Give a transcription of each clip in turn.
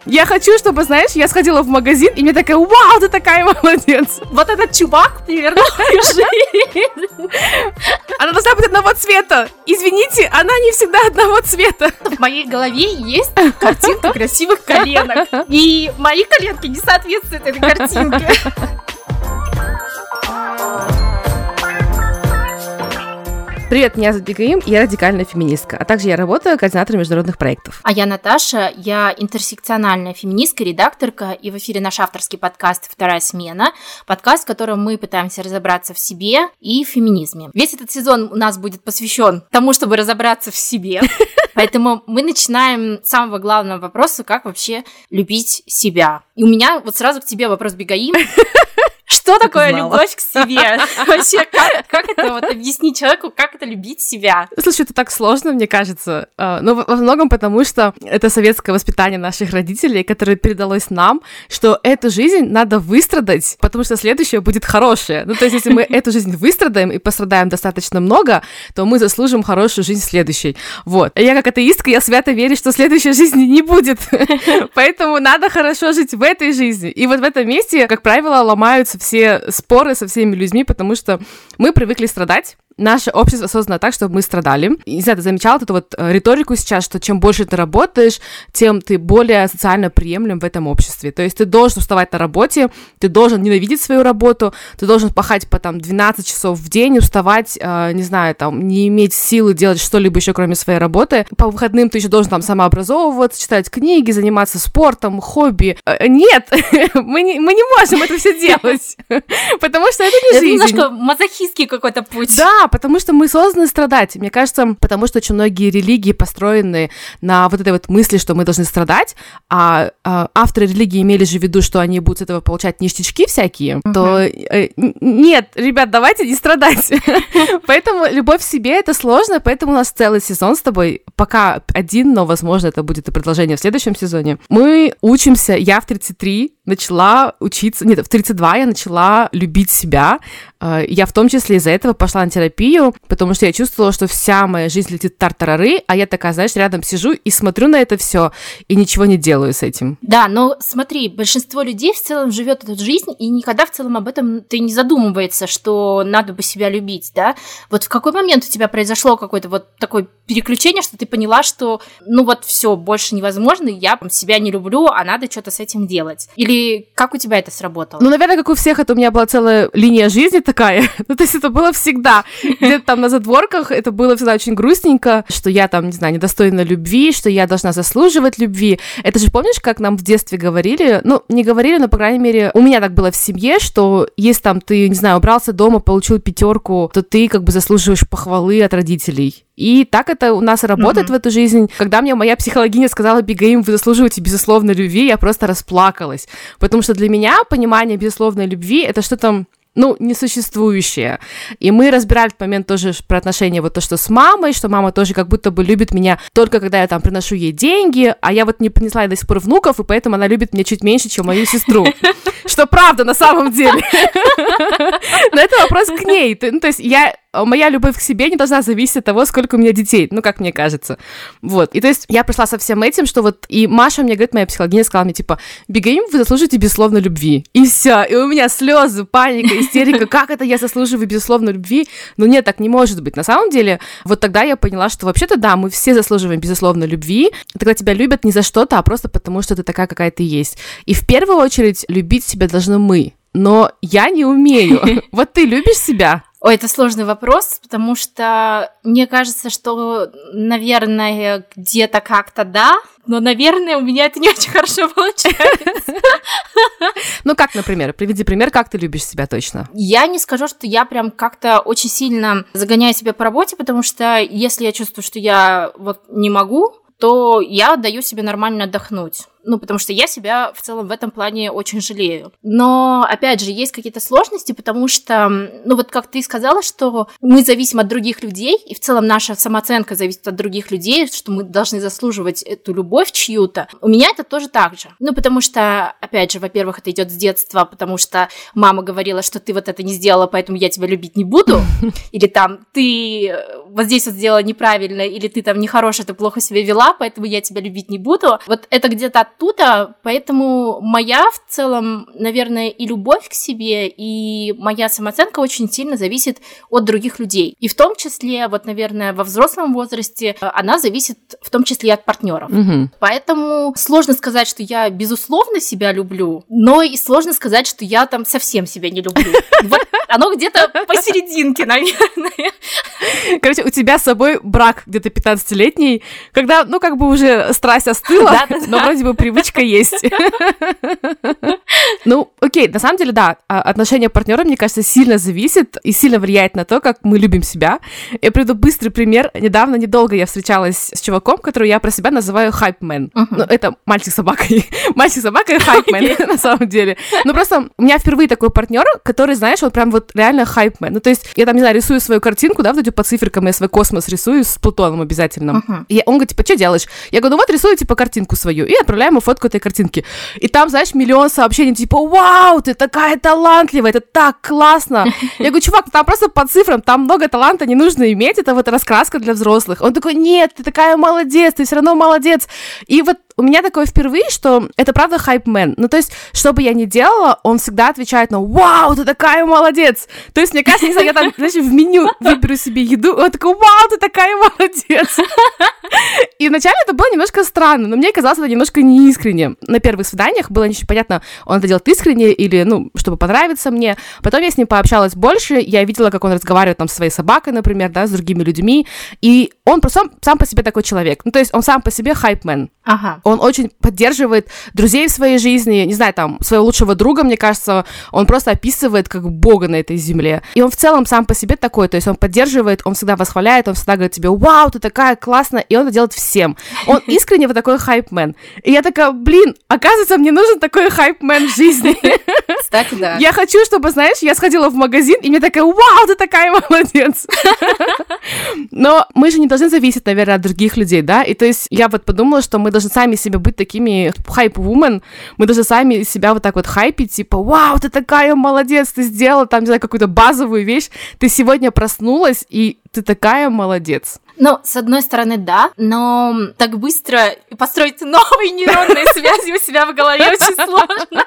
Я хочу, чтобы, знаешь, я сходила в магазин, и мне такая, вау, ты такая молодец. Вот этот чувак перевернул мою жизнь. Она должна быть одного цвета. Извините, она не всегда одного цвета. В моей голове есть картинка красивых коленок. И мои коленки не соответствуют этой картинке. Привет, меня зовут Бигаим, я радикальная феминистка, а также я работаю координатором международных проектов. А я Наташа, я интерсекциональная феминистка, редакторка, и в эфире наш авторский подкаст «Вторая смена», подкаст, в котором мы пытаемся разобраться в себе и в феминизме. Весь этот сезон у нас будет посвящен тому, чтобы разобраться в себе, поэтому мы начинаем с самого главного вопроса, как вообще любить себя. И у меня вот сразу к тебе вопрос, Бигаим. Что такое любовь к себе? Вообще, как это вот объяснить человеку, как это любить себя? Слушай, это так сложно, мне кажется. Но во многом потому, что это советское воспитание наших родителей, которое передалось нам, что эту жизнь надо выстрадать, потому что следующее будет хорошее. Ну, то есть, если мы эту жизнь выстрадаем и пострадаем достаточно много, то мы заслужим хорошую жизнь следующей. Вот. А я как атеистка, я свято верю, что следующей жизни не будет. Поэтому надо хорошо жить в этой жизни. И вот в этом месте, как правило, ломаются все споры со всеми людьми, потому что мы привыкли страдать. Наше общество создано так, чтобы мы страдали. И, не знаю, ты замечала эту вот риторику сейчас, что чем больше ты работаешь, тем ты более социально приемлем в этом обществе. То есть ты должен вставать на работе, ты должен ненавидеть свою работу, ты должен пахать по 12 часов в день, уставать, не знаю, не иметь силы делать что-либо еще, кроме своей работы. По выходным ты еще должен самообразовываться, читать книги, заниматься спортом, хобби. Нет, мы не можем это все делать, потому что это не жизнь. Это немножко мазохистский какой-то путь. Да, потому что мы созданы страдать. Мне кажется, потому что очень многие религии построены на вот этой вот мысли, что мы должны страдать, а авторы религии имели же в виду, что они будут с этого получать ништячки всякие, то нет, ребят, давайте не страдать. Поэтому любовь к себе — это сложно, поэтому у нас целый сезон с тобой, пока один, но, возможно, это будет и продолжение в следующем сезоне. Мы учимся, я в 33 начала учиться, нет, в 32 я начала любить себя. Я в том числе из-за этого пошла на терапию, потому что я чувствовала, что вся моя жизнь летит тартарары, а я такая, знаешь, рядом сижу и смотрю на это все и ничего не делаю с этим. Да, но смотри, большинство людей в целом живет эту жизнь и никогда в целом об этом ты не задумывается, что надо бы себя любить, да? Вот в какой момент у тебя произошло какое-то вот такое переключение, что ты поняла, что ну вот все, больше невозможно, я себя не люблю, а надо что-то с этим делать? Или как у тебя это сработало? Ну, наверное, как у всех, это у меня была целая линия жизни такая. Ну, то есть это было всегда. Где-то там на задворках это было всегда очень грустненько, что я там, не знаю, недостойна любви, что я должна заслуживать любви. Это же помнишь, как нам в детстве говорили? Ну, не говорили, но, по крайней мере, у меня так было в семье, что если там ты, не знаю, убрался дома, получил 5, то ты как бы заслуживаешь похвалы от родителей. И так это у нас работает в эту жизнь. Когда мне моя психологиня сказала: Бигаим, вы заслуживаете безусловной любви, я просто расплакалась. Потому что для меня понимание безусловной любви — это что-то, ну, несуществующее. И мы разбирали в этот момент тоже про отношения вот то, что с мамой, что мама тоже как будто бы любит меня только когда я там приношу ей деньги, а я вот не принесла ей до сих пор внуков, и поэтому она любит меня чуть меньше, чем мою сестру. Что правда на самом деле. Но это вопрос к ней. Ну, то есть моя любовь к себе не должна зависеть от того, сколько у меня детей, ну, как мне кажется. Вот. И то есть я пришла со всем этим, что вот... И Маша мне говорит, моя психологиня сказала мне, типа, Бигаим, вы заслуживаете безусловной любви. И все. И у меня слезы, паника, истерика. Как это я заслуживаю безусловной любви? Ну, нет, так не может быть. На самом деле, вот тогда я поняла, что вообще-то, да, мы все заслуживаем безусловной любви. Тогда тебя любят не за что-то, а просто потому, что ты такая, какая ты есть. И в первую очередь любить себя должны мы. Но я не умею. Вот ты любишь себя? Ой, это сложный вопрос, потому что мне кажется, что, наверное, где-то как-то да, но, наверное, у меня это не очень хорошо получается. Ну, как, например? Приведи пример, как ты любишь себя точно. Я не скажу, что я прям как-то очень сильно загоняю себя по работе, потому что если я чувствую, что я вот не могу, то я даю себе нормально отдохнуть. Ну, потому что я себя в целом в этом плане очень жалею. Но, опять же, есть какие-то сложности, потому что, ну, вот как ты сказала, что мы зависим от других людей, и в целом наша самооценка зависит от других людей, что мы должны заслуживать эту любовь чью-то. У меня это тоже так же. Ну, потому что, опять же, во-первых, это идет с детства, потому что мама говорила, что ты вот это не сделала, поэтому я тебя любить не буду. Или там, ты вот здесь вот сделала неправильно, или ты там нехорошая, ты плохо себя вела, поэтому я тебя любить не буду. Вот это где-то оттуда, поэтому моя в целом, наверное, и любовь к себе, и моя самооценка очень сильно зависит от других людей. И в том числе, вот, наверное, во взрослом возрасте она зависит в том числе и от партнеров. Поэтому сложно сказать, что я безусловно себя люблю, но и сложно сказать, что я там совсем себя не люблю. Вот оно где-то посерединке, наверное. Короче, у тебя с собой брак где-то 15-летний, когда, ну, как бы уже страсть остыла, но вроде бы привычка есть. Ну, окей, на самом деле, да, отношение партнера, мне кажется, сильно зависит и сильно влияет на то, как мы любим себя. Я приведу быстрый пример. Недолго я встречалась с чуваком, который я про себя называю хайпмен. Ну, это мальчик с собакой. Мальчик с собакой хайпмен, на самом деле. Ну, просто у меня впервые такой партнер, который, знаешь, он прям вот реально хайпмен. Ну, то есть я там, не знаю, рисую свою картинку, да, вот эти по циферкам, я свой космос рисую с Плутоном обязательно. И он говорит, типа, что делаешь? Я говорю, ну вот рисую, типа, картинку свою. И отправляю ему фотку этой картинки. И там, знаешь, миллион сообщений, типа, вау, ты такая талантливая, это так классно. Я говорю, чувак, там просто по цифрам, там много таланта не нужно иметь, это вот раскраска для взрослых. Он такой, нет, ты такая молодец, ты все равно молодец. И вот у меня такое впервые, что это правда хайпмен. Ну, то есть, что бы я ни делала, он всегда отвечает на «Вау, ты такая молодец!» То есть, мне кажется, не знаю, я там, знаешь, в меню выберу себе еду, он такой «Вау, ты такая молодец!» И вначале это было немножко странно, но мне казалось это немножко неискренне. На первых свиданиях было не очень понятно, он это делает искренне или, ну, чтобы понравиться мне. Потом я с ним пообщалась больше, я видела, как он разговаривает там со своей собакой, например, да, с другими людьми, и он просто сам по себе такой человек. Ну, то есть, он сам по себе хайпмен. Ага. Он очень поддерживает друзей в своей жизни, не знаю, там, своего лучшего друга, мне кажется, он просто описывает как бога на этой земле. И он в целом сам по себе такой, то есть он поддерживает, он всегда восхваляет, он всегда говорит тебе, вау, ты такая классная, и он это делает всем. Он искренне вот такой хайпмен. И я такая, блин, оказывается, мне нужен такой хайпмен в жизни. Кстати, да. Я хочу, чтобы, знаешь, я сходила в магазин, и мне такая, вау, ты такая молодец. Но мы же не должны зависеть, наверное, от других людей, да, и то есть я вот подумала, что мы должны сами себе быть такими хайп-вумен, мы должны сами себя вот так вот хайпить, типа, вау, ты такая молодец, ты сделала там, не знаю, какую-то базовую вещь, ты сегодня проснулась, и ты такая молодец. Ну, с одной стороны, да, но так быстро построить новые нейронные связи у себя в голове очень сложно.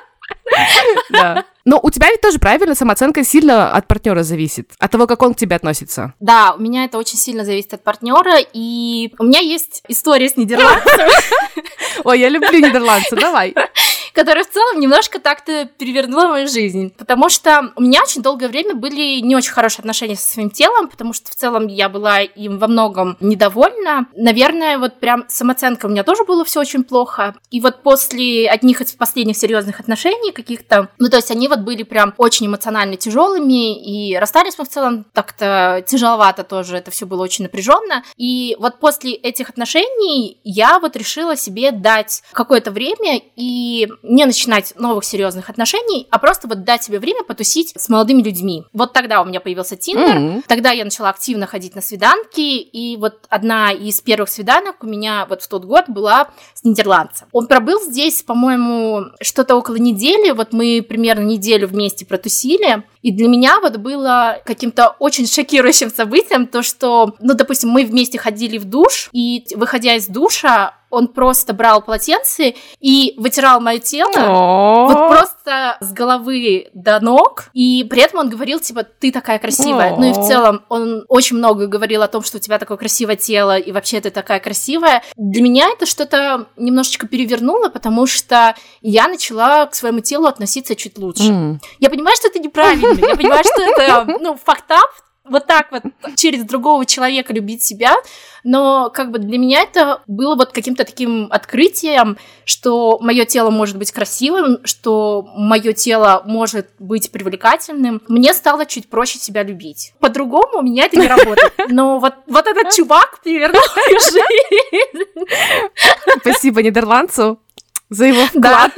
Да. Но у тебя ведь тоже, правильно, самооценка сильно от партнера зависит, от того, как он к тебе относится. Да, у меня это очень сильно зависит от партнера, и у меня есть история с нидерландцем. Ой, я люблю нидерландцев, давай. Которая в целом немножко так-то перевернула мою жизнь. Потому что у меня очень долгое время были не очень хорошие отношения со своим телом, потому что в целом я была им во многом недовольна. Наверное, вот прям самооценка у меня тоже было все очень плохо. И вот после одних из последних серьезных отношений каких-то, ну то есть они вот были прям очень эмоционально тяжелыми, и расстались мы в целом так-то тяжеловато тоже, это все было очень напряженно. И вот после этих отношений я вот решила себе дать какое-то время и не начинать новых серьезных отношений, а просто вот дать себе время потусить с молодыми людьми. Вот тогда у меня появился Тиндер, тогда я начала активно ходить на свиданки, и вот одна из первых свиданок у меня вот в тот год была с нидерландцем. Он пробыл здесь, по-моему, что-то около недели, вот мы примерно неделю вместе протусили, и для меня вот было каким-то очень шокирующим событием то, что, ну, допустим, мы вместе ходили в душ, и, выходя из душа, он просто брал полотенце и вытирал мое тело, вот просто с головы до ног, и при этом он говорил, типа, ты такая красивая. Ну и в целом он очень много говорил о том, что у тебя такое красивое тело, и вообще ты такая красивая. Для меня это что-то немножечко перевернуло, потому что я начала к своему телу относиться чуть лучше. Я понимаю, что это неправильно, я понимаю, что это, ну, fucked up, вот так вот через другого человека любить себя, но как бы для меня это было вот каким-то таким открытием, что мое тело может быть красивым, что мое тело может быть привлекательным. Мне стало чуть проще себя любить. По-другому у меня это не работает. Но вот этот чувак перевернул мою жизнь. Спасибо нидерландцу за его вклад.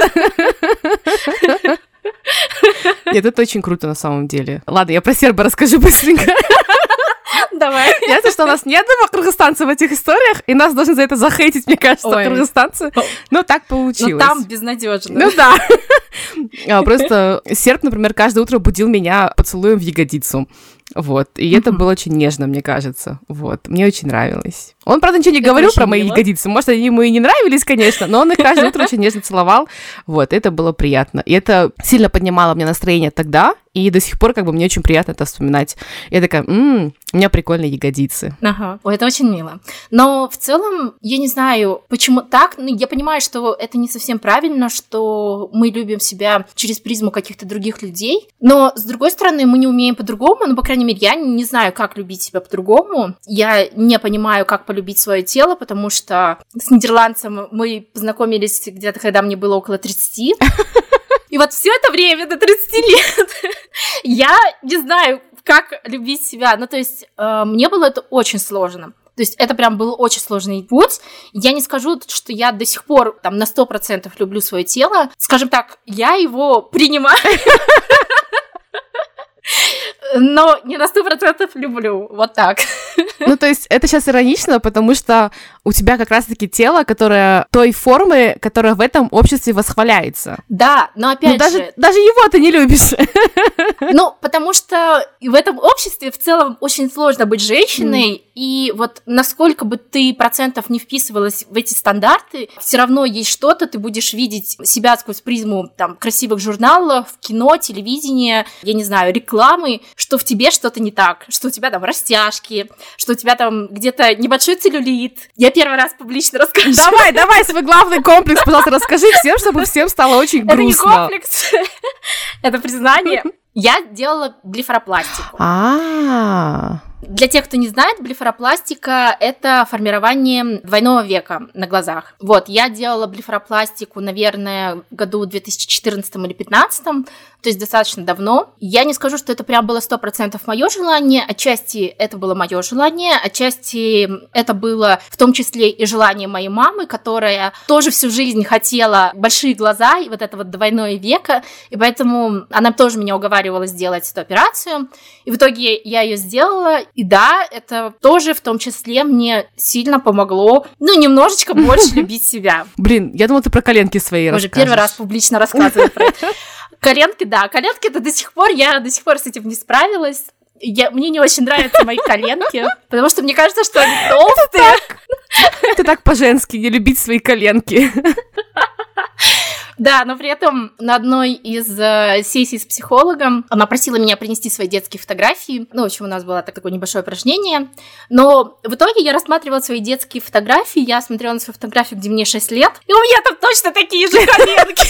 Нет, это очень круто на самом деле. Ладно, я про серба расскажу быстренько. Давай. Ясно, что у нас нет кыргызстанцев в этих историях, и нас должны за это захейтить, мне кажется, кыргызстанцы. Но так получилось. Но там безнадежно. Ну да. Просто серб, например, каждое утро будил меня поцелуем в ягодицу. Вот, и это было очень нежно, мне кажется, вот, мне очень нравилось. Он, правда, ничего не говорил про мои ягодицы, может, они ему и не нравились, конечно, но он их каждое утро очень нежно целовал, вот, это было приятно, и это сильно поднимало мне настроение тогда, и до сих пор как бы мне очень приятно это вспоминать. Я такая, у меня прикольные ягодицы. Ага, ой, это очень мило. Но в целом, я не знаю, почему так, но я понимаю, что это не совсем правильно, что мы любим себя через призму каких-то других людей, но, с другой стороны, мы не умеем по-другому, ну, по крайней мере, я не знаю, как любить себя по-другому, я не понимаю, как полюбить свое тело, потому что с нидерландцем мы познакомились где-то, когда мне было около 30, и вот все это время, до 30 лет, я не знаю, как любить себя. Ну, то есть, мне было это очень сложно. То есть, это прям был очень сложный путь. Я не скажу, что я до сих пор там на 100% люблю свое тело. Скажем так, я его принимаю. Но не на 100% люблю, вот так. Ну, то есть, это сейчас иронично, потому что у тебя как раз-таки тело, которое той формы, которая в этом обществе восхваляется. Да, но опять же... Даже его ты не любишь. Ну, потому что в этом обществе в целом очень сложно быть женщиной, и вот насколько бы ты процентов не вписывалась в эти стандарты, все равно есть что-то, ты будешь видеть себя сквозь призму там красивых журналов, кино, телевидения, я не знаю, рекламы, что в тебе что-то не так, что у тебя там растяжки, что у тебя там где-то небольшой целлюлит. Я первый раз публично расскажу. Давай свой главный комплекс, пожалуйста, расскажи всем, чтобы всем стало очень грустно. Это не комплекс, это признание. Я делала блефаропластику. Для тех, кто не знает, блефаропластика – это формирование двойного века на глазах. Вот, я делала блефаропластику, наверное, в году 2014 или 2015, то есть достаточно давно. Я не скажу, что это прям было 100% мое желание, отчасти это было мое желание, отчасти это было в том числе и желание моей мамы, которая тоже всю жизнь хотела большие глаза и вот это вот двойное веко, и поэтому она тоже меня уговаривала сделать эту операцию, и в итоге я ее сделала. И да, это тоже в том числе мне сильно помогло, ну, немножечко больше любить себя. Блин, я думала, ты про коленки свои расскажешь. Уже первый раз публично рассказываю про это. Коленки, да, коленки это я до сих пор с этим не справилась. Мне не очень нравятся мои коленки, потому что мне кажется, что они толстые. Это так по-женски, не любить свои коленки. Да, но при этом на одной из сессий с психологом она просила меня принести свои детские фотографии. Ну, в общем, у нас было такое небольшое упражнение. Но в итоге я рассматривала свои детские фотографии, я смотрела на свою фотографию, где мне 6 лет, и у меня там точно такие же коленки.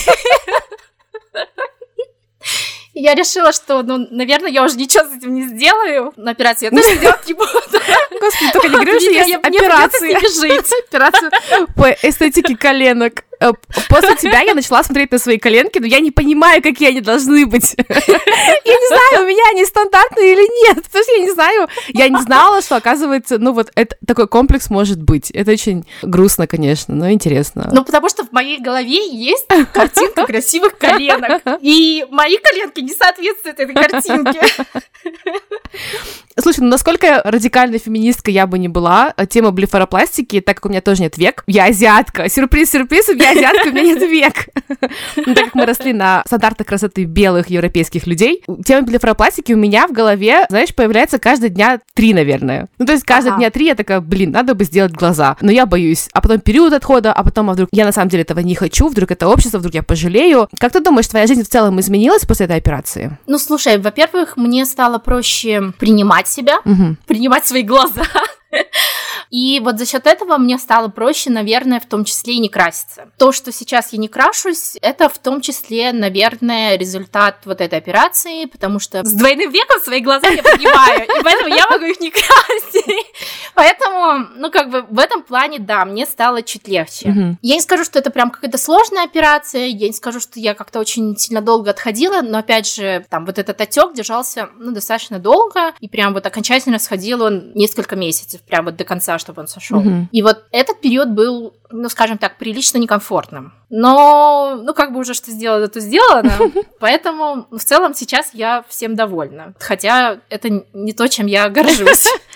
Я решила, что, наверное, я уже ничего с этим не сделаю. На операцию я точно делать не буду. Господи, только не говори, что есть операция. Операция по эстетике коленок. После тебя я начала смотреть на свои коленки, но я не понимаю, какие они должны быть. Я не знаю, у меня они стандартные или нет. Потому что я не знала, что, оказывается, вот это, такой комплекс может быть. Это очень грустно, конечно, но интересно. Ну, потому что в моей голове есть картинка красивых коленок. И мои коленки не соответствуют этой картинке. Слушай, насколько радикальной феминисткой я бы не была, тема блефаропластики, так как у меня тоже нет век, я азиатка. Сюрприз, я азиатка, у меня нет век. Так как мы росли на стандартах красоты белых европейских людей, тема блефаропластики у меня в голове, знаешь, появляется каждые дня 3, наверное. Ну, то есть каждые дня 3 я такая, надо бы сделать глаза. Но я боюсь. А потом период отхода, а потом, вдруг я на самом деле этого не хочу, вдруг это общество, вдруг я пожалею. Как ты думаешь, твоя жизнь в целом изменилась после этой операции? Ну, слушай, во-первых, мне стало проще принимать себя, принимать свои глаза. И вот за счет этого мне стало проще, наверное, в том числе и не краситься. То, что сейчас я не крашусь, это в том числе, наверное, результат вот этой операции, потому что с двойным веком свои глаза я понимаю, и поэтому я могу их не красить. Поэтому, в этом плане, да, мне стало чуть легче. Я не скажу, что это прям какая-то сложная операция, я не скажу, что я как-то очень сильно долго отходила, но, опять же, там вот этот отек держался, достаточно долго, и прям вот окончательно сходил он несколько месяцев, прям вот до конца, чтобы он сошел. И вот этот период был, скажем так, прилично некомфортным. Но, уже что сделано, то сделано. Поэтому в целом сейчас я всем довольна. Хотя это не то, чем я горжусь.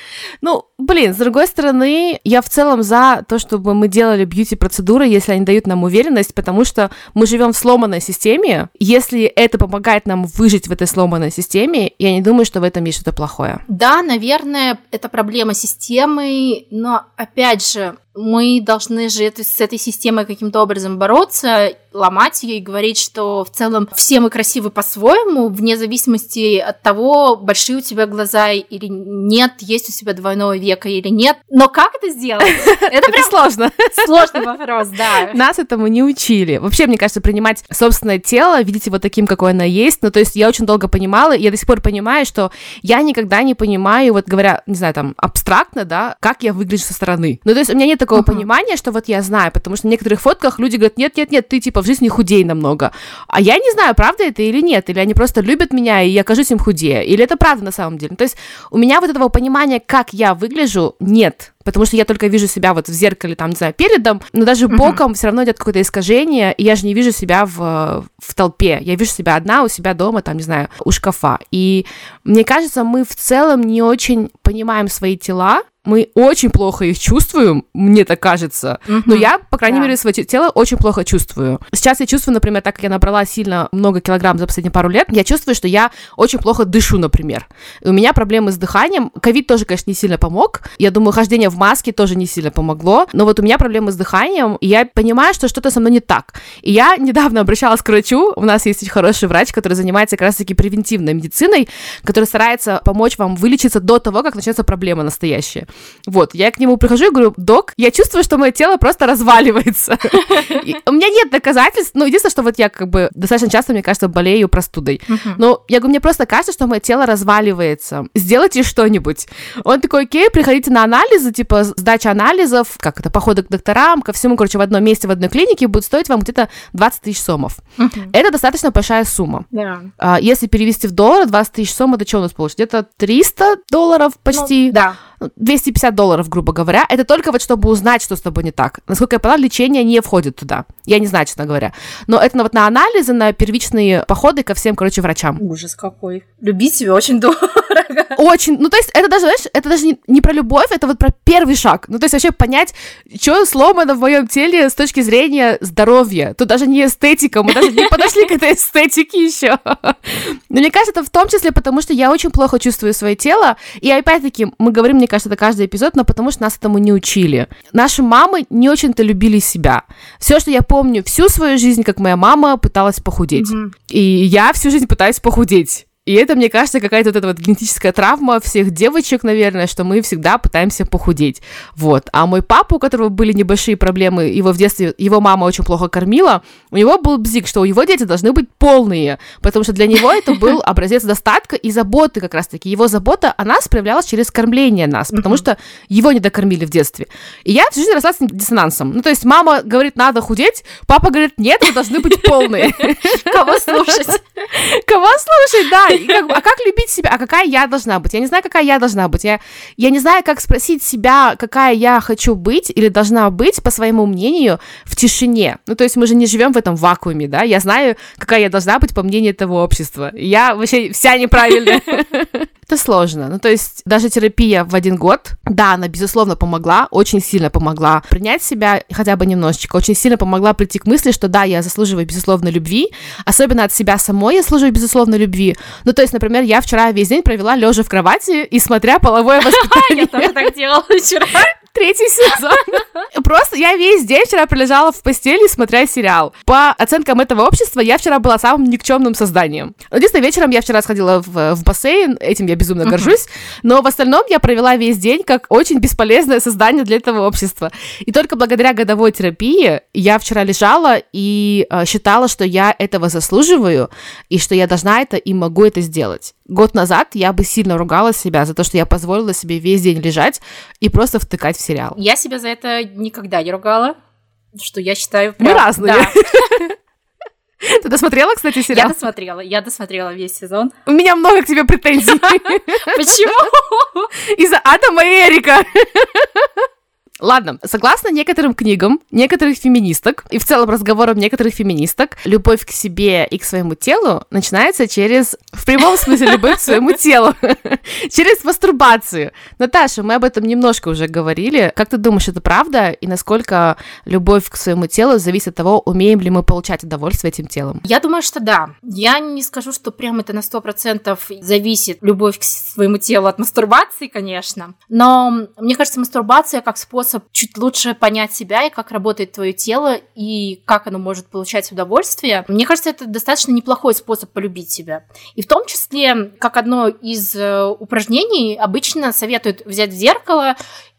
Ну, блин, с другой стороны, я в целом за то, чтобы мы делали бьюти-процедуры, если они дают нам уверенность, потому что мы живем в сломанной системе. Если это помогает нам выжить в этой сломанной системе, я не думаю, что в этом есть что-то плохое. Да, наверное, это проблема системы, но, опять же, мы должны же с этой системой каким-то образом бороться, ломать ее и говорить, что в целом все мы красивы по-своему, вне зависимости от того, большие у тебя глаза или нет, есть у тебя двойного века или нет. Но как это сделать? Это прям сложно. Сложный вопрос, да. Нас этому не учили. Вообще, мне кажется, принимать собственное тело, видеть его таким, какое оно есть. Ну, то есть я очень долго понимала, и я до сих пор понимаю, что я никогда не понимаю, вот говоря, не знаю, там, абстрактно, да, как я выгляжу со стороны. Ну, то есть у меня нет такого понимания, что вот я знаю, потому что на некоторых фотках люди говорят, нет, ты, типа, в жизни худей намного. А я не знаю, правда это или нет, или они просто любят меня, и я кажусь им худее, или это правда на самом деле. То есть у меня вот этого понимания, как я выгляжу, нет. Потому что я только вижу себя вот в зеркале, там, не знаю, передом, но даже боком все равно идет какое-то искажение, и я же не вижу себя в толпе. Я вижу себя одна у себя дома, там, не знаю, у шкафа. И мне кажется, мы в целом не очень понимаем свои тела, мы очень плохо их чувствуем, мне так кажется. Но я, по крайней мере, свое тело очень плохо чувствую. Сейчас я чувствую, например, так как я набрала сильно много килограмм за последние пару лет, я чувствую, что я очень плохо дышу, например. И у меня проблемы с дыханием. Ковид тоже, конечно, не сильно помог. Я думаю, хождение в маске тоже не сильно помогло. Но вот у меня проблемы с дыханием, и я понимаю, что что-то со мной не так. И я недавно обращалась к врачу. У нас есть очень хороший врач, который занимается как раз-таки превентивной медициной, который старается помочь вам вылечиться до того, как начнется проблема настоящая. Вот, я к нему прихожу и говорю, док, я чувствую, что мое тело просто разваливается. У меня нет доказательств, ну, единственное, что вот я как бы достаточно часто, мне кажется, болею простудой. Но я говорю, мне просто кажется, что мое тело разваливается. Сделайте что-нибудь. Он такой, окей, приходите на анализы, типа сдача анализов, как это, походы к докторам, ко всему, короче, в одном месте, в одной клинике будет стоить вам где-то 20 тысяч сомов. Это достаточно большая сумма. Если перевести в доллары, 20 тысяч сом, это что у нас получится? Где-то $300 почти. Да. $250, грубо говоря, это только вот чтобы узнать, что с тобой не так. Насколько я поняла, лечение не входит туда. Я не знаю, честно говоря. Но это вот на анализы, на первичные походы ко всем, короче, врачам. Ужас какой. Любить себя очень дорого. Очень. Ну, то есть это даже, знаешь, это даже не про любовь, это вот про первый шаг. Ну, то есть вообще понять, что сломано в моем теле с точки зрения здоровья. Тут даже не эстетика, мы даже не подошли к этой эстетике еще. Но мне кажется, это в том числе потому, что я очень плохо чувствую свое тело. И опять-таки, мы говорим, мне кажется, это каждый эпизод, но потому что нас этому не учили. Наши мамы не очень-то любили себя. Все, что я помню всю свою жизнь, как моя мама пыталась похудеть. И я всю жизнь пытаюсь похудеть. И это, мне кажется, какая-то вот эта вот генетическая травма всех девочек, наверное, что мы всегда пытаемся похудеть. Вот. А мой папа, у которого были небольшие проблемы, его в детстве, его мама очень плохо кормила, у него был бзик, что у его дети должны быть полные, потому что для него это был образец достатка и заботы как раз-таки. Его забота о нас проявлялась через кормление нас, потому что его не докормили в детстве. И я всю жизнь росла с диссонансом. Ну, то есть мама говорит, надо худеть, папа говорит, нет, вы должны быть полные. Кого слушать? Кого слушать, да. А как любить себя? А какая я должна быть? Я не знаю, какая я должна быть. Я не знаю, как спросить себя, какая я хочу быть или должна быть, по своему мнению, в тишине. Ну, то есть мы же не живем в этом вакууме, да? Я знаю, какая я должна быть по мнению этого общества. Я вообще вся неправильная. Это сложно. Ну, то есть даже терапия в 1 год, да, она, безусловно, помогла, очень сильно помогла принять себя хотя бы немножечко, очень сильно помогла прийти к мысли, что да, я заслуживаю безусловной любви, особенно от себя самой я заслуживаю безусловной любви. Ну, то есть, например, я вчера весь день провела лежа в кровати и смотря половое воспитание. Я тоже так делала вчера. 3-й сезон. Просто я весь день вчера пролежала в постели, смотря сериал. По оценкам этого общества, я вчера была самым никчемным созданием. Единственное, вечером я вчера сходила в бассейн, этим я безумно горжусь, но в остальном я провела весь день как очень бесполезное создание для этого общества. И только благодаря годовой терапии я вчера лежала и считала, что я этого заслуживаю, и что я должна это и могу это сделать. Год назад я бы сильно ругала себя за то, что я позволила себе весь день лежать и просто втыкать в сериал. Я себя за это никогда не ругала, что я считаю... Прям... Мы разные. Да. Ты досмотрела, кстати, сериал? Я досмотрела весь сезон. У меня много к тебе претензий. Почему? Из-за Адама и Эрика. Ладно, согласно некоторым книгам, некоторых феминисток, и в целом разговорам некоторых феминисток, любовь к себе и к своему телу начинается в прямом смысле, любовь к своему телу, через мастурбацию. Наташа, мы об этом немножко уже говорили. Как ты думаешь, это правда? И насколько любовь к своему телу зависит от того, умеем ли мы получать удовольствие этим телом? Я думаю, что да. Я не скажу, что прям это на 100% зависит любовь к своему телу от мастурбации, конечно. Но мне кажется, мастурбация как способ чуть лучше понять себя и как работает твое тело и как оно может получать удовольствие. Мне кажется, это достаточно неплохой способ полюбить себя. И в том числе, как одно из упражнений, обычно советуют взять зеркало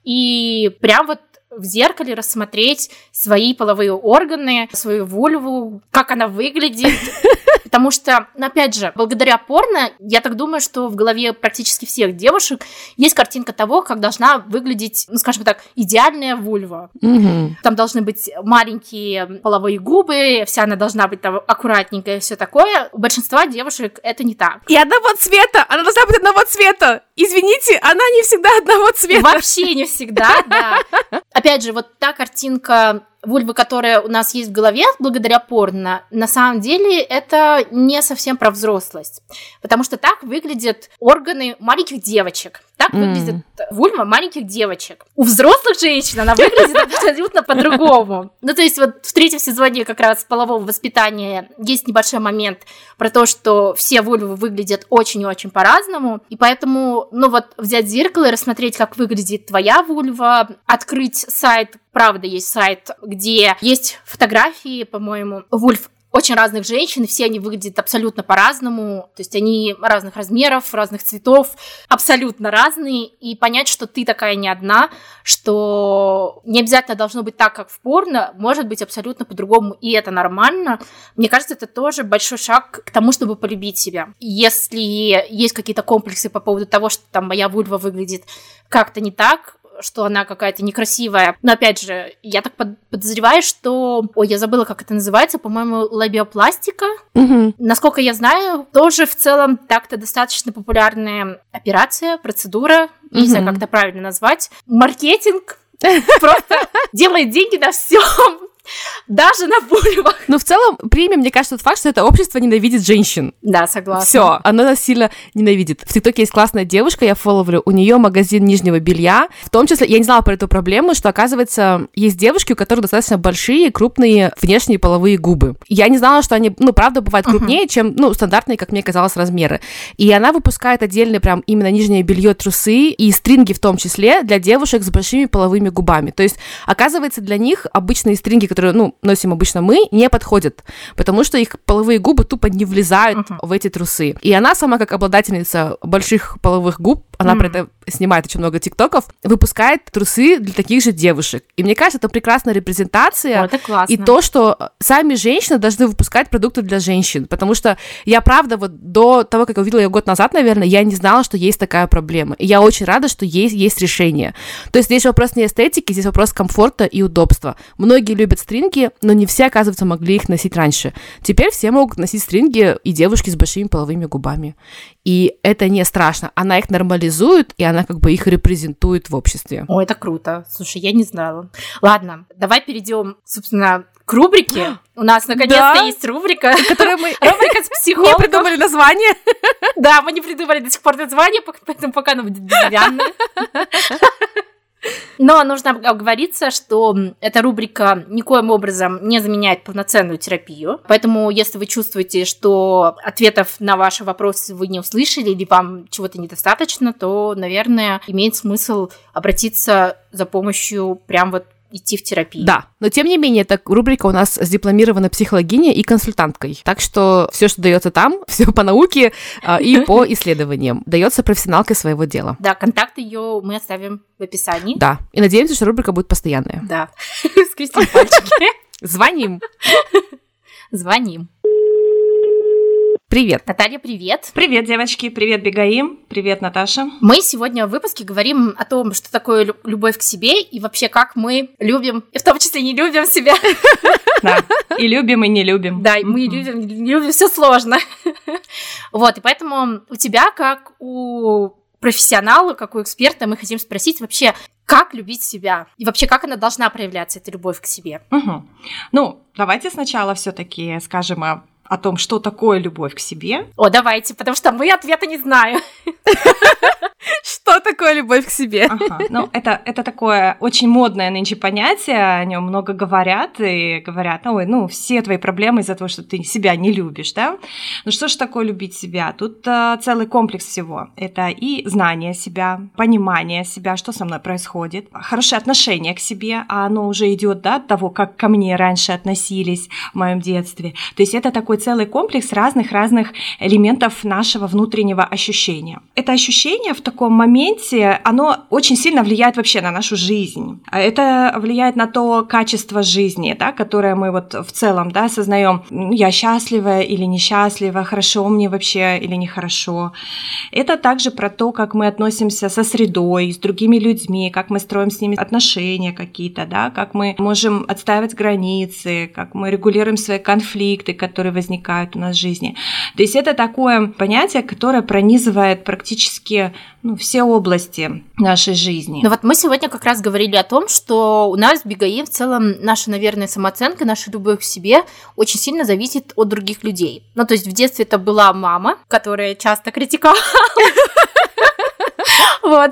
и прям вот в зеркале рассмотреть свои половые органы, свою вульву, как она выглядит. Потому что, опять же, благодаря порно, я так думаю, что в голове практически всех девушек есть картинка того, как должна выглядеть, ну, скажем так, идеальная вульва. Там должны быть маленькие половые губы, вся она должна быть там аккуратненькая и все такое. У большинства девушек это не так. И одного цвета! Она должна быть одного цвета! Извините, она не всегда одного цвета. Вообще не всегда, да. Опять же, вот та картинка вульвы, которая у нас есть в голове благодаря порно, на самом деле это не совсем про взрослость. Потому что так выглядят органы маленьких девочек. Так выглядит вульва маленьких девочек. У взрослых женщин она выглядит абсолютно по-другому. Ну, то есть вот в 3-м сезоне как раз полового воспитания есть небольшой момент про то, что все вульвы выглядят очень-очень по-разному. И поэтому, ну вот, взять зеркало и рассмотреть, как выглядит твоя вульва, открыть сайт, правда, есть сайт, где есть фотографии, по-моему, вульв очень разных женщин, все они выглядят абсолютно по-разному, то есть они разных размеров, разных цветов, абсолютно разные, и понять, что ты такая не одна, что не обязательно должно быть так, как в порно, может быть абсолютно по-другому, и это нормально. Мне кажется, это тоже большой шаг к тому, чтобы полюбить себя. Если есть какие-то комплексы по поводу того, что там моя вульва выглядит как-то не так, что она какая-то некрасивая. Но, опять же, я так подозреваю, что... Ой, я забыла, как это называется. По-моему, лабиопластика. Насколько я знаю, тоже в целом так-то достаточно популярная операция, процедура. Не знаю, как это правильно назвать. Маркетинг просто делает деньги на всем. Даже на вульвах. Но в целом, примем, мне кажется, тот факт, что это общество ненавидит женщин. Да, согласна. Все, оно нас сильно ненавидит. В ТикТоке есть классная девушка, я фолловлю, у нее магазин нижнего белья. В том числе, я не знала про эту проблему, что, оказывается, есть девушки, у которых достаточно большие, крупные внешние половые губы. Я не знала, что они, ну, правда, бывают крупнее, чем, ну, стандартные, как мне казалось, размеры. И она выпускает отдельные прям именно нижнее белье, трусы и стринги в том числе для девушек с большими половыми губами. То есть, оказывается, для них обычные стринги, которые, ну, носим обычно мы, не подходят, потому что их половые губы тупо не влезают в эти трусы. И она сама, как обладательница больших половых губ, она про это снимает очень много тиктоков, выпускает трусы для таких же девушек. И мне кажется, это прекрасная репрезентация. Это классно. И то, что сами женщины должны выпускать продукты для женщин. Потому что я, правда, вот до того, как я увидела ее год назад, наверное, я не знала, что есть такая проблема. И я очень рада, что есть решение. То есть здесь вопрос не эстетики, здесь вопрос комфорта и удобства. Многие любят стринги, но не все, оказывается, могли их носить раньше. Теперь все могут носить стринги и девушки с большими половыми губами. И это не страшно. Она их нормализует, и она как бы их репрезентует в обществе. О, это круто. Слушай, я не знала. Ладно, давай перейдем, собственно, к рубрике. У нас наконец-то есть рубрика, которую мы рубрика с психологом. Не придумали название. Да, мы не придумали до сих пор название, поэтому пока оно будет деревянное. Но нужно оговориться, что эта рубрика никоим образом не заменяет полноценную терапию. Поэтому, если вы чувствуете, что ответов на ваши вопросы вы не услышали или вам чего-то недостаточно, то, наверное, имеет смысл обратиться за помощью прям вот идти в терапию. Да, но тем не менее, эта рубрика у нас сдипломирована психологиней и консультанткой. Так что все, что дается там, все по науке и по исследованиям, дается профессионалкой своего дела. Да, контакт ее мы оставим в описании. Да, и надеемся, что рубрика будет постоянная. Да, скрестим пальчики. Звоним. Звоним. Привет. Наталья, привет. Привет, девочки. Привет, Бегаим. Привет, Наташа. Мы сегодня в выпуске говорим о том, что такое любовь к себе и вообще как мы любим, и в том числе не любим себя. Да, и любим, и не любим. Да, мы любим, не любим, все сложно. Вот, и поэтому у тебя, как у профессионалу, как у эксперта, мы хотим спросить вообще, как любить себя? И вообще, как она должна проявляться, эта любовь к себе? Ну, давайте сначала все-таки скажем о том, что такое любовь к себе. О, давайте, потому что мы ответа не знаем. Что такое любовь к себе? Ну, это такое очень модное нынче понятие, о нем много говорят, и говорят, ой, ну, все твои проблемы из-за того, что ты себя не любишь, да? Ну, что же такое любить себя? Тут целый комплекс всего. Это и знание себя, понимание себя, что со мной происходит, хорошее отношение к себе, а оно уже идет, да, от того, как ко мне раньше относились в моем детстве. То есть это такой целый комплекс разных элементов нашего внутреннего ощущения. Это ощущение в таком моменте, оно очень сильно влияет вообще на нашу жизнь. Это влияет на то качество жизни, да, которое мы вот в целом, да, осознаем, я счастлива или несчастлива, хорошо мне вообще или нехорошо. Это также про то, как мы относимся со средой, с другими людьми, как мы строим с ними отношения какие-то, да, как мы можем отстаивать границы, как мы регулируем свои конфликты, которые возникают у нас в жизни. То есть это такое понятие, которое пронизывает практически все области нашей жизни. Ну вот мы сегодня как раз говорили о том, что у нас в Бигаим в целом наша, наверное, самооценка, наша любовь к себе очень сильно зависит от других людей. Ну то есть в детстве это была мама, которая часто критиковала. Вот.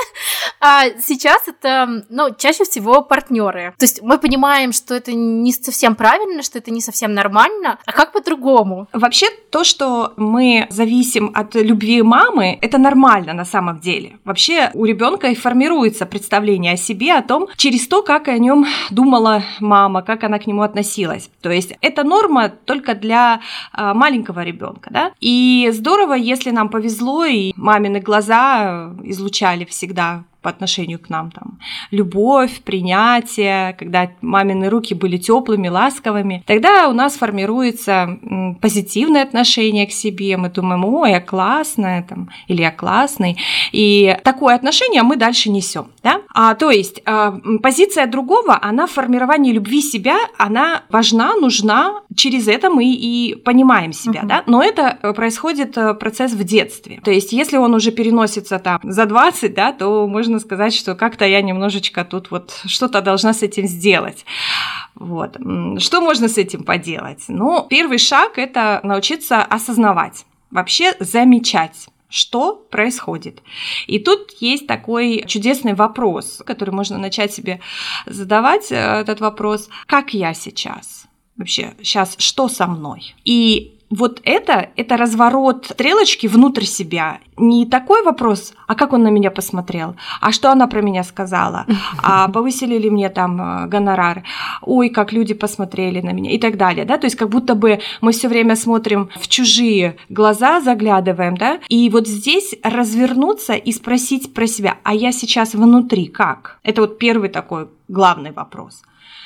А сейчас это, чаще всего партнеры. То есть мы понимаем, что это не совсем правильно, что это не совсем нормально. А как по-другому? Вообще, то, что мы зависим от любви мамы, это нормально на самом деле. Вообще, у ребенка и формируется представление о себе, о том, через то, как о нем думала мама, как она к нему относилась. То есть это норма только для маленького ребенка, да? И здорово, если нам повезло, и мамины глаза излучали всегда по отношению к нам там любовь, принятие, когда мамины руки были теплыми, ласковыми, тогда у нас формируется позитивное отношение к себе, мы думаем, ой, я классная, там, или я классный, и такое отношение мы дальше несем, да? То есть позиция другого, она в формировании любви себя, она важна, нужна, через это мы и понимаем себя, да? Но это происходит процесс в детстве, то есть если он уже переносится там за 20, да, то можно сказать, что как-то я немножечко тут вот что-то должна с этим сделать. Вот. Что можно с этим поделать? Ну, первый шаг – это научиться осознавать, вообще замечать, что происходит. И тут есть такой чудесный вопрос, который можно начать себе задавать, этот вопрос: как я сейчас? Вообще, сейчас что со мной? И вот это разворот стрелочки внутрь себя. Не такой вопрос, а как он на меня посмотрел, а что она про меня сказала, а повысили ли мне там гонорар, ой, как люди посмотрели на меня и так далее, да, то есть как будто бы мы все время смотрим в чужие глаза, заглядываем, да, и вот здесь развернуться и спросить про себя, а я сейчас внутри как? Это вот первый такой главный вопрос.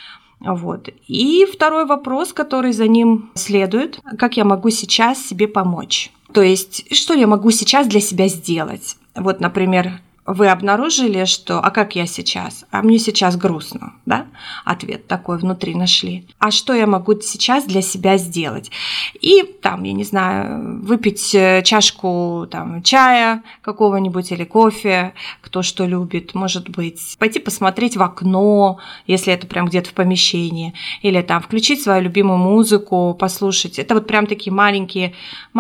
Вот. И второй вопрос, который за ним следует: как я могу сейчас себе помочь? То есть, что я могу сейчас для себя сделать? Вот, например, вы обнаружили, что «а как я сейчас?» «А мне сейчас грустно», да? Ответ такой внутри нашли. «А что я могу сейчас для себя сделать?» И там, я не знаю, выпить чашку там чая какого-нибудь или кофе, кто что любит, может быть, пойти посмотреть в окно, если это прям где-то в помещении, или там включить свою любимую музыку, послушать. Это вот прям такие маленькие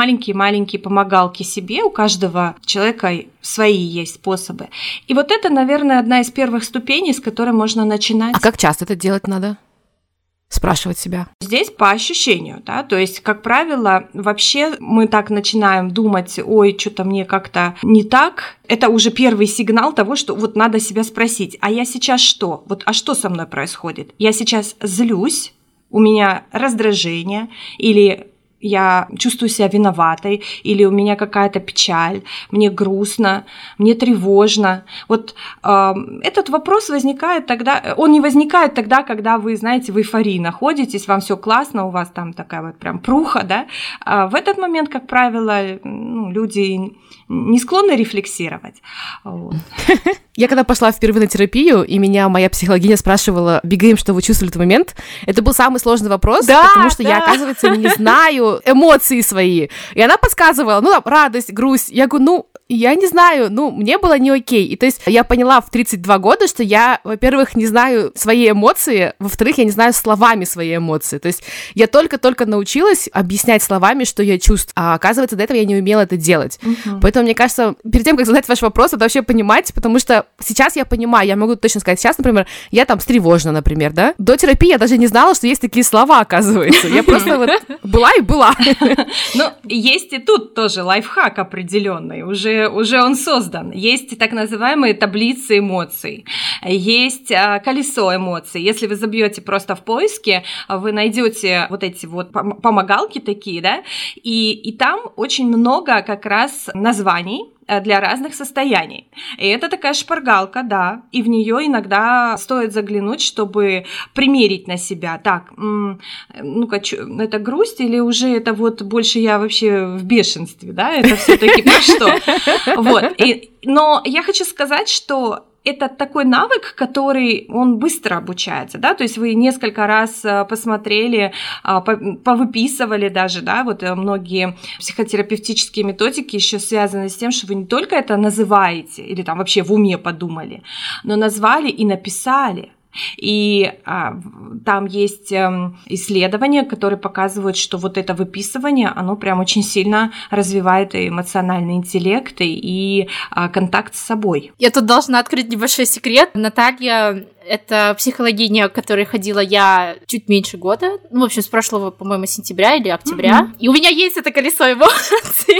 помогалки себе. У каждого человека свои есть способы. И вот это, наверное, одна из первых ступеней, с которой можно начинать. А как часто это делать надо? Спрашивать себя. Здесь по ощущению, да, то есть, как правило, вообще мы так начинаем думать, ой, что-то мне как-то не так. Это уже первый сигнал того, что вот надо себя спросить, а я сейчас что? Вот, а что со мной происходит? Я сейчас злюсь, у меня раздражение, или я чувствую себя виноватой, или у меня какая-то печаль, мне грустно, мне тревожно. Вот этот вопрос возникает тогда, он не возникает тогда, когда вы, знаете, в эйфории находитесь, вам все классно, у вас там такая вот прям пруха, да. В этот момент, как правило, люди не склонны рефлексировать. Вот. Я когда пошла впервые на терапию, и меня моя психологиня спрашивала: Бигаим, что вы чувствовали в этот момент? Это был самый сложный вопрос, потому что я, оказывается, не знаю эмоции свои. И она подсказывала, радость, грусть. Я говорю, Я не знаю, мне было не окей. И то есть я поняла в 32 года, что я, во-первых, не знаю свои эмоции, во-вторых, я не знаю словами свои эмоции. То есть я только-только научилась объяснять словами, что я чувствую, а оказывается, до этого я не умела это делать. Поэтому, мне кажется, перед тем, как задать ваш вопрос, надо вообще понимать, потому что сейчас я понимаю, я могу точно сказать, сейчас, например, я там встревожена, например, да? До терапии я даже не знала, что есть такие слова, оказывается. Я просто вот была и была. Есть и тут тоже лайфхак определенный, уже он создан. Есть так называемые таблицы эмоций, есть колесо эмоций. Если вы забьете просто в поиске, вы найдете вот эти вот помогалки такие, да, и там очень много как раз названий для разных состояний. И это такая шпаргалка, да, и в нее иногда стоит заглянуть, чтобы примерить на себя. Так, ну-ка, это грусть или уже это вот больше я вообще в бешенстве, да, это все-таки про что? Вот, но я хочу сказать, что это такой навык, который, он быстро обучается, да, то есть вы несколько раз посмотрели, повыписывали даже, да, вот многие психотерапевтические методики еще связаны с тем, что вы не только это называете или там вообще в уме подумали, но назвали и написали. И там есть исследования, которые показывают, что вот это выписывание, оно прям очень сильно развивает и эмоциональный интеллект, и контакт с собой. Я тут должна открыть небольшой секрет. Наталья — это психологиня, к которой ходила я чуть меньше года. Ну, в общем, с прошлого, по-моему, сентября или октября. И у меня есть это колесо эмоций.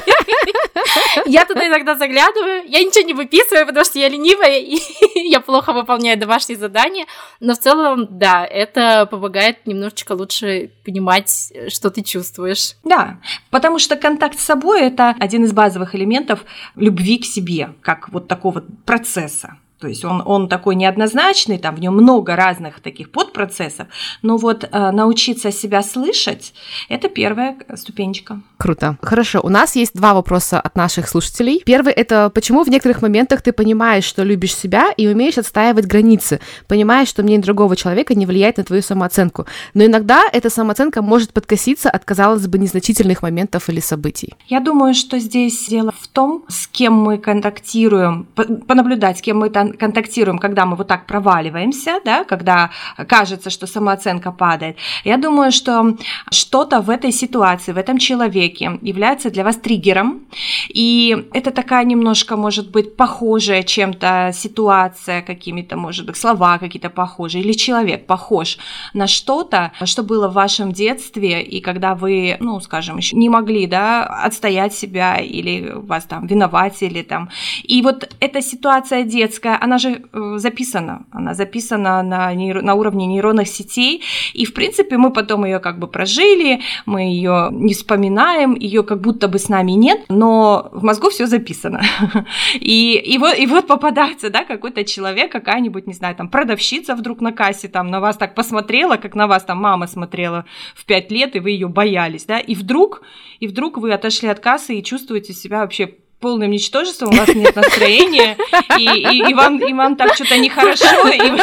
Я туда иногда заглядываю. Я ничего не выписываю, потому что я ленивая, и я плохо выполняю домашние задания. Но в целом, да, это помогает немножечко лучше понимать, что ты чувствуешь. Да, потому что контакт с собой — это один из базовых элементов любви к себе, как вот такого процесса. То есть он такой неоднозначный, там в нем много разных таких подпроцессов, но вот научиться себя слышать – это первая ступенечка. Круто. Хорошо, у нас есть 2 вопроса от наших слушателей. Первый – это почему в некоторых моментах ты понимаешь, что любишь себя и умеешь отстаивать границы, понимаешь, что мнение другого человека не влияет на твою самооценку, но иногда эта самооценка может подкоситься от, казалось бы, незначительных моментов или событий. Я думаю, что здесь дело в том, с кем мы контактируем, понаблюдать, с кем мы контактируем, когда мы вот так проваливаемся, да, когда кажется, что самооценка падает. Я думаю, что что-то в этой ситуации, в этом человеке является для вас триггером, и это такая немножко, может быть, похожая чем-то ситуация, какими-то, может быть, слова какие-то похожие, или человек похож на что-то, что было в вашем детстве, и когда вы, ну, скажем, еще не могли, да, отстоять себя, или вас там виноватили, там. И вот эта ситуация детская, она же записана, на уровне нейронных сетей, и, в принципе, мы потом ее как бы прожили, мы ее не вспоминаем, ее как будто бы с нами нет, но в мозгу все записано. И вот попадается, да, какой-то человек, какая-нибудь, не знаю, там, продавщица вдруг на кассе там на вас так посмотрела, как на вас там мама смотрела в 5 лет, и вы ее боялись, да, и вдруг вы отошли от кассы и чувствуете себя вообще полным ничтожеством, у вас нет настроения, и вам так что-то нехорошо,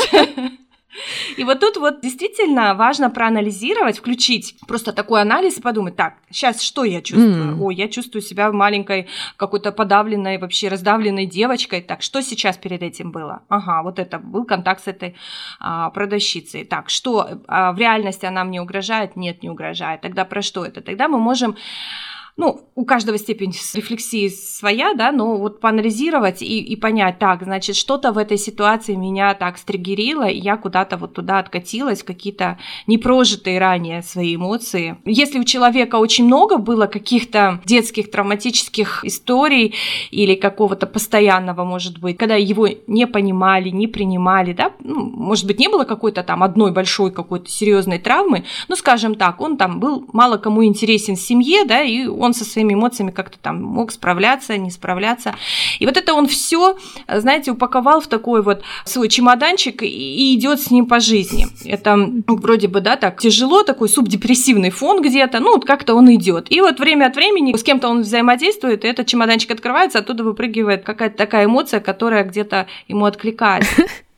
и вот тут вот действительно важно проанализировать, включить просто такой анализ и подумать, так, сейчас что я чувствую? Ой, я чувствую себя маленькой, какой-то подавленной, вообще раздавленной девочкой. Так, что сейчас перед этим было? Ага, вот это был контакт с этой продавщицей. Так, что в реальности она мне угрожает? Нет, не угрожает. Тогда про что это? Тогда мы можем... Ну, у каждого степень рефлексии своя, да, но вот поанализировать и понять, так, значит, что-то в этой ситуации меня так стриггерило, и я куда-то вот туда откатилась, в какие-то непрожитые ранее свои эмоции. Если у человека очень много было каких-то детских травматических историй или какого-то постоянного, может быть, когда его не понимали, не принимали, да, ну, может быть, не было какой-то там одной большой какой-то серьезной травмы, ну, скажем так, он там был мало кому интересен в семье, да, и он со своими эмоциями как-то там мог справляться, не справляться. И вот это он все, знаете, упаковал в такой вот свой чемоданчик и идет с ним по жизни. Это вроде бы, да, так тяжело, такой субдепрессивный фон где-то, ну, вот как-то он идет. И вот время от времени с кем-то он взаимодействует, и этот чемоданчик открывается, оттуда выпрыгивает какая-то такая эмоция, которая где-то ему откликается.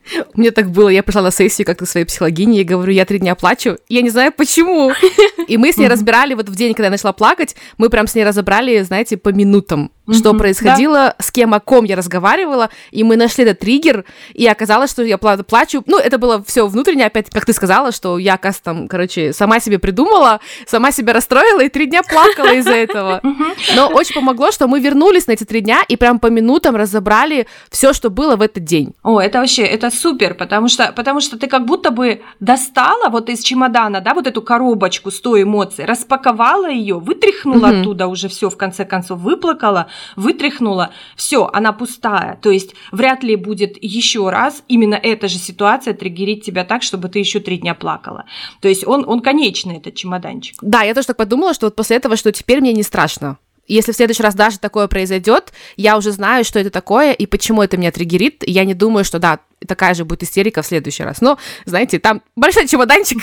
У меня так было, я пришла на сессию как-то к своей психологине и говорю, я 3 дня плачу, я не знаю почему. И мы с ней разбирали, вот в день, когда я начала плакать, мы прям с ней разобрали, знаете, по минутам, что происходило, с кем, о ком я разговаривала, и мы нашли этот триггер, и оказалось, что я плачу. Ну, это было все внутренне, опять, как ты сказала, что я, оказывается, там, короче, сама себе придумала, сама себя расстроила и 3 дня плакала из-за этого. Но очень помогло, что мы вернулись на эти 3 дня и прям по минутам разобрали все, что было в этот день. О, это вообще, это супер, потому что ты как будто бы достала вот из чемодана, да, вот эту коробочку с той эмоцией, распаковала ее, вытряхнула оттуда уже все, в конце концов, выплакала, вытряхнула, все, она пустая. То есть вряд ли будет еще раз именно эта же ситуация триггерить тебя так, чтобы ты еще 3 дня плакала. То есть он конечный, этот чемоданчик. Да, я тоже так подумала, что вот после этого, что теперь мне не страшно. Если в следующий раз даже такое произойдет, я уже знаю, что это такое и почему это меня триггерит. Я не думаю, что да, такая же будет истерика в следующий раз. Но, знаете, там большой чемоданчик,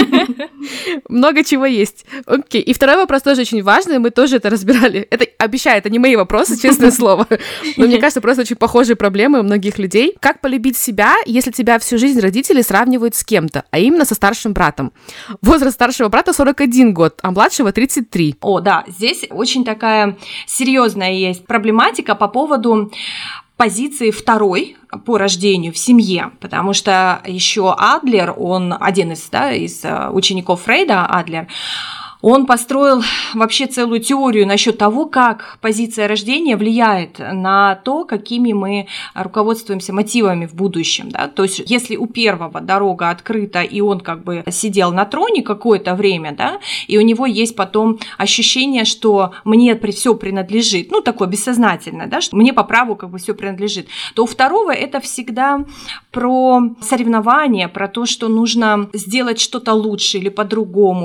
много чего есть. Окей, и второй вопрос тоже очень важный, мы тоже это разбирали. Это, обещаю, это не мои вопросы, честное слово, но мне кажется, просто очень похожие проблемы у многих людей. Как полюбить себя, если тебя всю жизнь родители сравнивают с кем-то, а именно со старшим братом? Возраст старшего брата 41 год, а младшего 33. О, да, здесь очень такая серьезная есть проблематика по поводу позиции второй по рождению в семье, потому что еще Адлер, он один из учеников Фрейда, Адлер, он построил вообще целую теорию насчет того, как позиция рождения влияет на то, какими мы руководствуемся мотивами в будущем. Да? То есть, если у первого дорога открыта, и он как бы сидел на троне какое-то время, да, и у него есть потом ощущение, что мне все принадлежит, ну, такое бессознательное, да, что мне по праву как бы все принадлежит, то у второго это всегда про соревнование, про то, что нужно сделать что-то лучше или по-другому,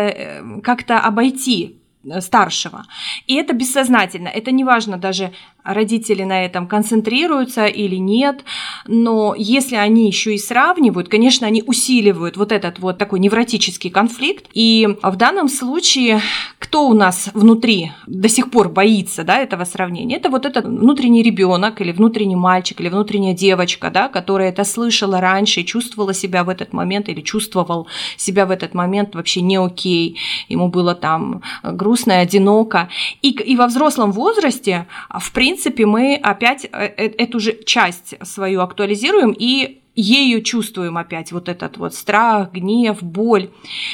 как-то обойти старшего. И это бессознательно. Это не важно, даже родители на этом концентрируются или нет, но если они еще и сравнивают, конечно, они усиливают вот этот вот такой невротический конфликт. И в данном случае кто у нас внутри до сих пор боится, да, этого сравнения? Это вот этот внутренний ребенок или внутренний мальчик или внутренняя девочка, да, которая это слышала раньше и чувствовала себя в этот момент или чувствовал себя в этот момент вообще не окей. Ему было там грустно, одиноко. И во взрослом возрасте, в принципе, мы опять эту же часть свою актуализируем и ею чувствуем опять вот этот вот страх, гнев, боль.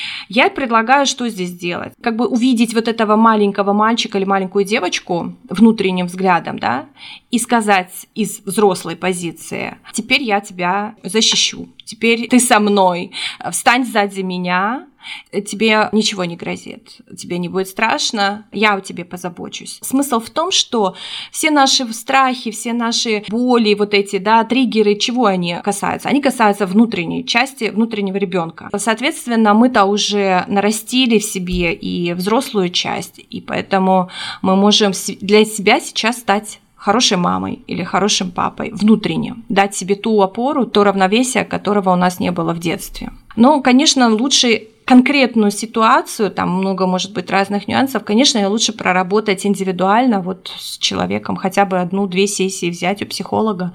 Я предлагаю, что здесь делать? Как бы увидеть вот этого маленького мальчика или маленькую девочку внутренним взглядом, да, и сказать из взрослой позиции: теперь я тебя защищу, теперь ты со мной, встань сзади меня, тебе ничего не грозит, тебе не будет страшно, я о тебе позабочусь. Смысл в том, что все наши страхи, все наши боли, вот эти, да, триггеры, чего они касаются? Они касаются внутренней части, внутреннего ребенка. Соответственно, мы-то уже нарастили в себе и взрослую часть, и поэтому мы можем для себя сейчас стать хорошей мамой или хорошим папой внутренне, дать себе ту опору, то равновесие, которого у нас не было в детстве. Но, конечно, лучше конкретную ситуацию, там много может быть разных нюансов, конечно, лучше проработать индивидуально вот с человеком, хотя бы 1-2 сессии взять у психолога,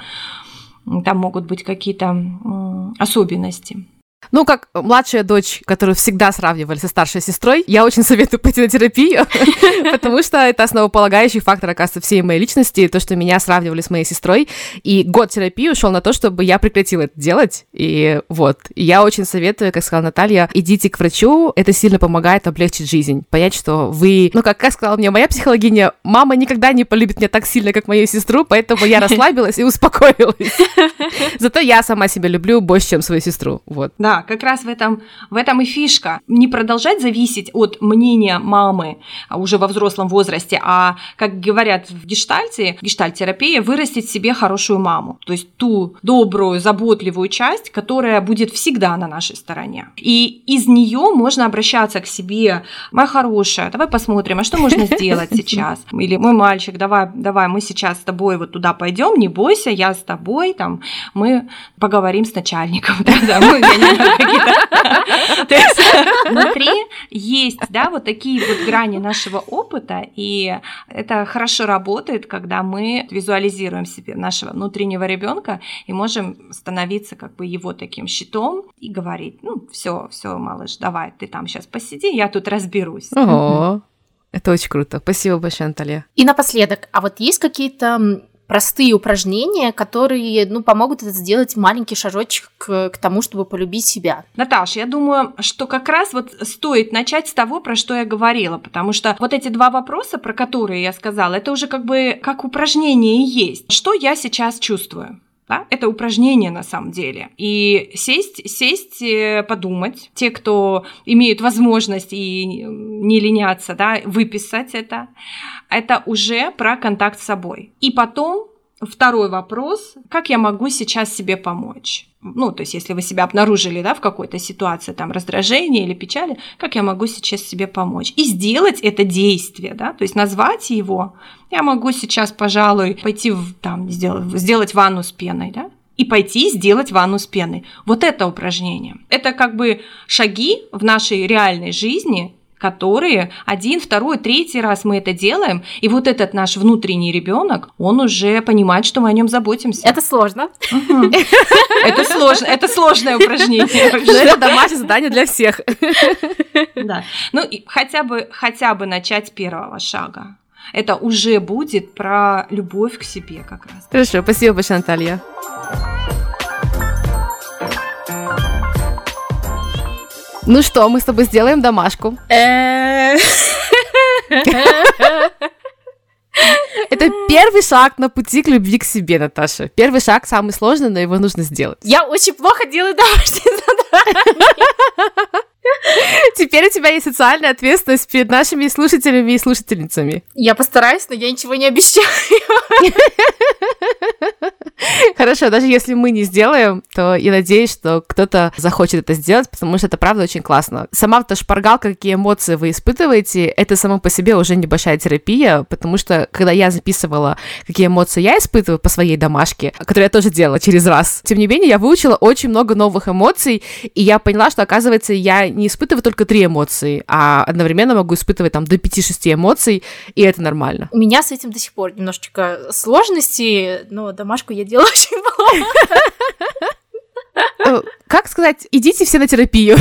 там могут быть какие-то особенности. Ну, как младшая дочь, которую всегда сравнивали со старшей сестрой, я очень советую пойти на терапию, потому что это основополагающий фактор, оказывается, всей моей личности, то, что меня сравнивали с моей сестрой, и год терапии ушел на то, чтобы я прекратила это делать, и вот. И я очень советую, как сказала Наталья, идите к врачу, это сильно помогает облегчить жизнь, понять, что вы, ну, как сказала мне моя психологиня, мама никогда не полюбит меня так сильно, как мою сестру, поэтому я расслабилась и успокоилась. Зато я сама себя люблю больше, чем свою сестру, вот. Да, как раз в этом и фишка. Не продолжать зависеть от мнения мамы уже во взрослом возрасте, а, как говорят в гештальт-терапии, вырастить в себе хорошую маму. То есть ту добрую, заботливую часть, которая будет всегда на нашей стороне. И из нее можно обращаться к себе: моя хорошая, давай посмотрим, а что можно сделать сейчас? Или мой мальчик, давай, мы сейчас с тобой вот туда пойдем, не бойся, я с тобой, там, мы поговорим с начальником. То есть внутри есть, да, вот такие вот грани нашего опыта, и это хорошо работает, когда мы визуализируем себе нашего внутреннего ребенка и можем становиться как бы его таким щитом и говорить: ну, все, малыш, давай, ты там сейчас посиди, я тут разберусь. Ого, это очень круто. Спасибо большое, Наталья. И напоследок, а вот есть какие-то простые упражнения, которые, помогут это сделать маленький шажочек к тому, чтобы полюбить себя? Наташ, я думаю, что как раз вот стоит начать с того, про что я говорила, потому что вот эти два вопроса, про которые я сказала, это уже как бы как упражнение и есть. Что я сейчас чувствую? Да? Это упражнение на самом деле. И сесть, подумать. Те, кто имеют возможность и не ленятся, да, выписать это уже про контакт с собой. И потом второй вопрос: как я могу сейчас себе помочь? То есть, если вы себя обнаружили, да, в какой-то ситуации, там, раздражения или печали, как я могу сейчас себе помочь? И сделать это действие, да, то есть назвать его. Я могу сейчас, пожалуй, пойти сделать ванну с пеной, да, и пойти сделать ванну с пеной. Вот это упражнение. Это как бы шаги в нашей реальной жизни, которые 1, 2, 3 раз мы это делаем, и вот этот наш внутренний ребенок, он уже понимает, что мы о нем заботимся. Это сложно. Это сложно, это сложное упражнение. Это домашнее задание для всех. Да. И хотя бы начать с первого шага. Это уже будет про любовь к себе как раз. Хорошо, спасибо большое, Наталья. Ну что, мы с тобой сделаем домашку. Это первый шаг на пути к любви к себе, Наташа. Первый шаг самый сложный, но его нужно сделать. Я очень плохо делаю домашние задания. Теперь у тебя есть социальная ответственность перед нашими слушателями и слушательницами. Я постараюсь, но я ничего не обещаю. Хорошо, даже если мы не сделаем, то я надеюсь, что кто-то захочет это сделать, потому что это правда очень классно. Сама эта шпаргалка, какие эмоции вы испытываете, это само по себе уже небольшая терапия, потому что когда я записывала, какие эмоции я испытываю по своей домашке, которую я тоже делала через раз, тем не менее, я выучила очень много новых эмоций, и я поняла, что, оказывается, я не испытываю только 3 эмоции, а одновременно могу испытывать там до 5-6 эмоций, и это нормально. У меня с этим до сих пор немножечко сложности, но домашку я делаю очень плохо. Как сказать, идите все на терапию.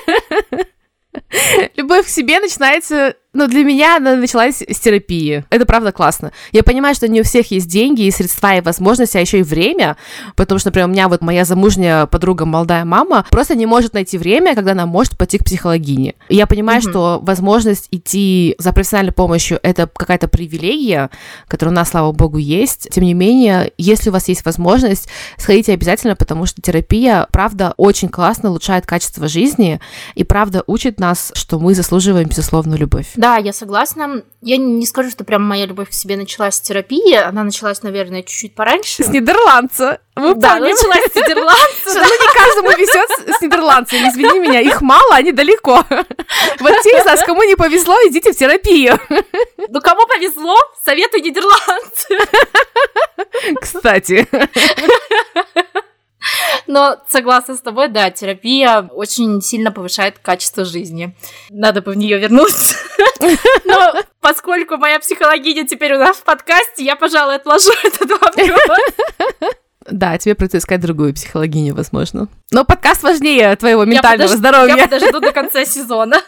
Любовь к себе начинается... для меня она началась с терапии. Это правда классно. Я понимаю, что не у всех есть деньги и средства, и возможности, а еще и время, потому что, например, у меня вот моя замужняя подруга, молодая мама, просто не может найти время, когда она может пойти к психологине. И я понимаю, что возможность идти за профессиональной помощью — это какая-то привилегия, которая у нас, слава богу, есть. Тем не менее, если у вас есть возможность, сходите обязательно, потому что терапия, правда, очень классно улучшает качество жизни и, правда, учит нас, что мы заслуживаем безусловную любовь. Да, я согласна. Я не скажу, что прям моя любовь к себе началась с терапии. Она началась, наверное, чуть-чуть пораньше. С нидерландца. Мы помним. Началась с нидерландца. Не каждому везет с нидерландцами. Извини меня, их мало, они далеко. Вот те из нас, кому не повезло, идите в терапию. Кому повезло, советую нидерландцы. Кстати. Но согласна с тобой, да, терапия очень сильно повышает качество жизни. Надо бы в нее вернуться. Но поскольку моя психологиня теперь у нас в подкасте, я, пожалуй, отложу этот вопрос. Да, тебе придется искать другую психологиню, возможно. Но подкаст важнее твоего ментального здоровья. Я подожду до конца сезона.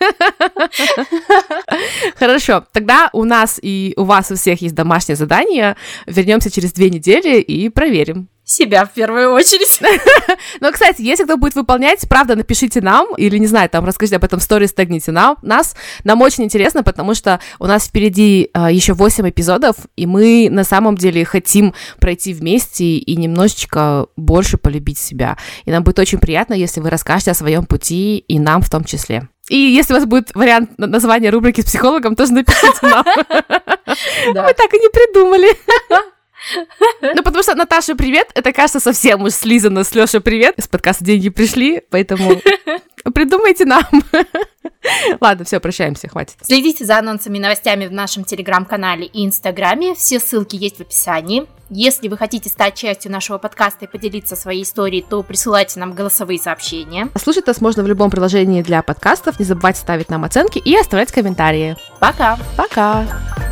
Хорошо, тогда у нас и у вас у всех есть домашнее задание. Вернемся через 2 недели и проверим. Себя в первую очередь. Но, кстати, если кто будет выполнять, правда, напишите нам, или, не знаю, там, расскажите об этом в сторис, тегните нас. Нам очень интересно, потому что у нас впереди еще 8 эпизодов, и мы на самом деле хотим пройти вместе и немножечко больше полюбить себя. И нам будет очень приятно, если вы расскажете о своем пути, и нам в том числе. И если у вас будет вариант названия рубрики с психологом, тоже напишите нам. Мы так и не придумали. Ну, потому что Наташа, привет, это, кажется, совсем уж слизано с Лёшей, привет. Из подкаста деньги пришли, поэтому придумайте нам. Ладно, все, прощаемся, хватит. Следите за анонсами и новостями в нашем телеграм-канале и инстаграме. Все ссылки есть в описании. Если вы хотите стать частью нашего подкаста и поделиться своей историей, то присылайте нам голосовые сообщения. Слушать нас можно в любом приложении для подкастов. Не забывайте ставить нам оценки и оставлять комментарии. Пока! Пока!